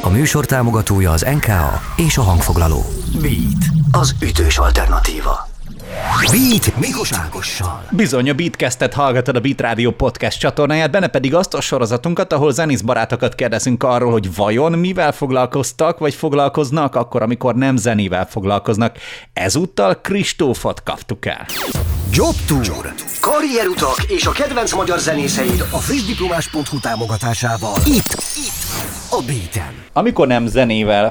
A műsor támogatója az NKA és a hangfoglaló. Beat, az ütős alternatíva. Beat Mikos Ágossal. Bizony, a Beatcastet hallgatod, a Beat Rádió podcast csatornáját, benne pedig azt a sorozatunkat, ahol zenész barátokat kérdezünk arról, hogy vajon mivel foglalkoztak, vagy foglalkoznak akkor, amikor nem zenével foglalkoznak. Ezúttal Kristófot kaptuk el. Job Tour. Karrierutak és a kedvenc magyar zenészeid a frissdiplomás.hu támogatásával. Itt a Beaten. Amikor nem zenével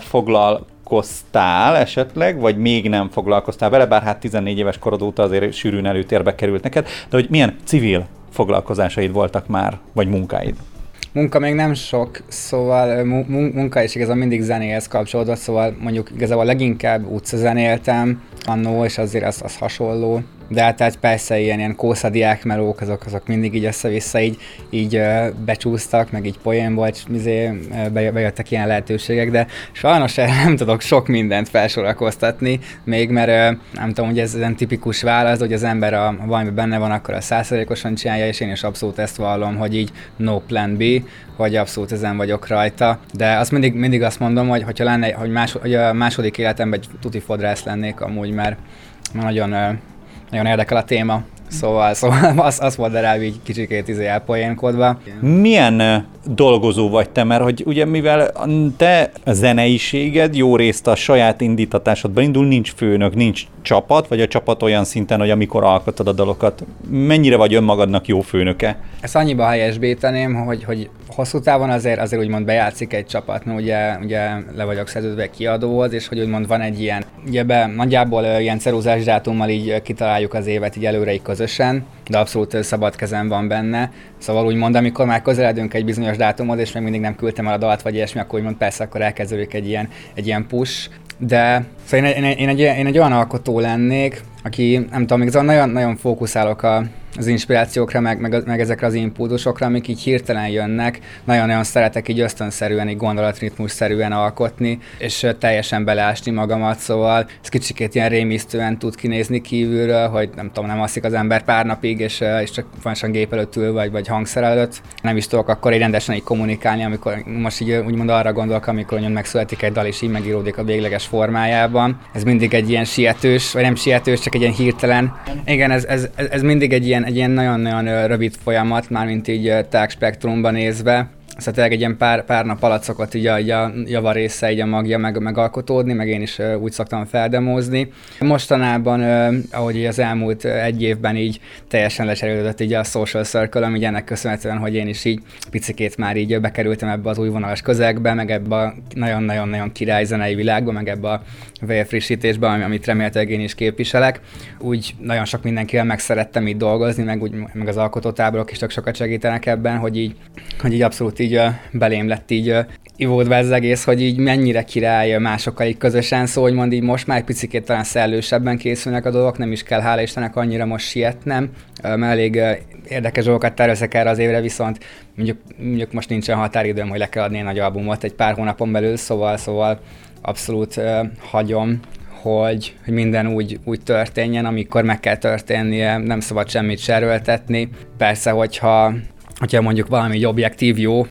foglalkoztál esetleg, vagy még nem foglalkoztál vele, bár hát 14 éves korod óta azért sűrűn előtérbe került neked, de hogy milyen civil foglalkozásaid voltak már, vagy munkáid? Munka még nem sok, szóval munka is igazából mindig zenéhez kapcsolódott, szóval mondjuk igazából leginkább utcazenéltem annó, és azért az hasonló. De hát persze ilyen kószadiák melók, azok mindig így össze-vissza így becsúsztak, meg így poén volt, bejöttek ilyen lehetőségek, de sajnos nem tudok sok mindent felsorakoztatni, még mert nem tudom, hogy ez egy tipikus válasz, hogy az ember valami benne van, akkor a 100%-osan csinálja, és én is abszolút ezt vallom, hogy így no plan B, hogy abszolút ezen vagyok rajta, de azt mindig azt mondom, hogy lenne, hogy a második életemben egy tuti fodrász lennék amúgy, mert nagyon érdekel a téma, szóval az volt rá így kicsikét elpoénkodva. Milyen dolgozó vagy te, mert hogy ugye mivel te a zeneiséged jó részt a saját indítatásodban indul, nincs főnök, nincs csapat, vagy a csapat olyan szinten, hogy amikor alkotod a dalokat, mennyire vagy önmagadnak jó főnöke? Ezt annyiba helyesbíteném, hogy hosszú távon azért úgymond bejátszik egy csapat, mert ugye le vagyok szerződve kiadóhoz, és hogy úgymond van egy ilyen, ugye nagyjából ilyen ceruzás dátummal így kitaláljuk az évet így előre így közösen, de abszolút szabad kezem van benne. Szóval úgymond, amikor már közeledünk egy bizonyos dátumhoz, és még mindig nem küldtem el a dalt, vagy ilyesmi, akkor úgymond persze akkor elkezdődik egy ilyen push. De szóval én egy olyan alkotó lennék, aki nem tudom, még nagyon, nagyon fókuszálok az inspirációkra, meg ezekre az impulzusokra, amik így hirtelen jönnek. Nagyon-nagyon szeretek így ösztönszerűen, így gondolatritmusszerűen alkotni, és teljesen beleásni magamat, szóval ez kicsikét ilyen rémisztően tud kinézni kívülről, hogy nem tudom, nem alszik az ember pár napig, és csak fontosan gép előtt ül, vagy hangszer előtt. Nem is tudok akkor így rendesen így kommunikálni, amikor most így úgymond arra gondolok, amikor megszületik egy dal, és így megíródik a végleges formájában. Ez mindig egy ilyen sietős, vagy nem sietős, csak egy ilyen hirtelen. Igen, ez mindig egy ilyen nagyon-nagyon rövid folyamat, mármint így tágspektrumban nézve. Szóval tényleg egy ilyen pár nap alatt szokott így a java része, így a magja megalkotódni, meg én is úgy szoktam feldemózni. Mostanában, ahogy az elmúlt egy évben így teljesen lecserélődött így a social circle-om, így ennek köszönhetően, hogy én is így picikét már így bekerültem ebbe az újvonalas közegbe, meg ebbe a nagyon-nagyon király zenei világba, meg ebbe a frissítésbe, amit remélhetőleg én is képviselek. Úgy nagyon sok mindenkivel megszerettem így dolgozni, meg az alkotótáborok is tök sokat segítenek ebben, hogy így abszolút így belém lett így ivódva ez az egész, hogy így mennyire király másokkal így közösen, szóval hogy mond így most már egy picikét talán szellősebben készülnek a dolgok, nem is kell hála Istennek annyira most sietnem, mert elég érdekes dolgokat tervezek erre az évre, viszont mondjuk most nincsen határidőm, hogy le kell adni egy nagy albumot egy pár hónapon belül, szóval abszolút hagyom, hogy minden úgy történjen, amikor meg kell történnie, nem szabad semmit seröltetni. Persze, hogyha mondjuk valami objektív jó,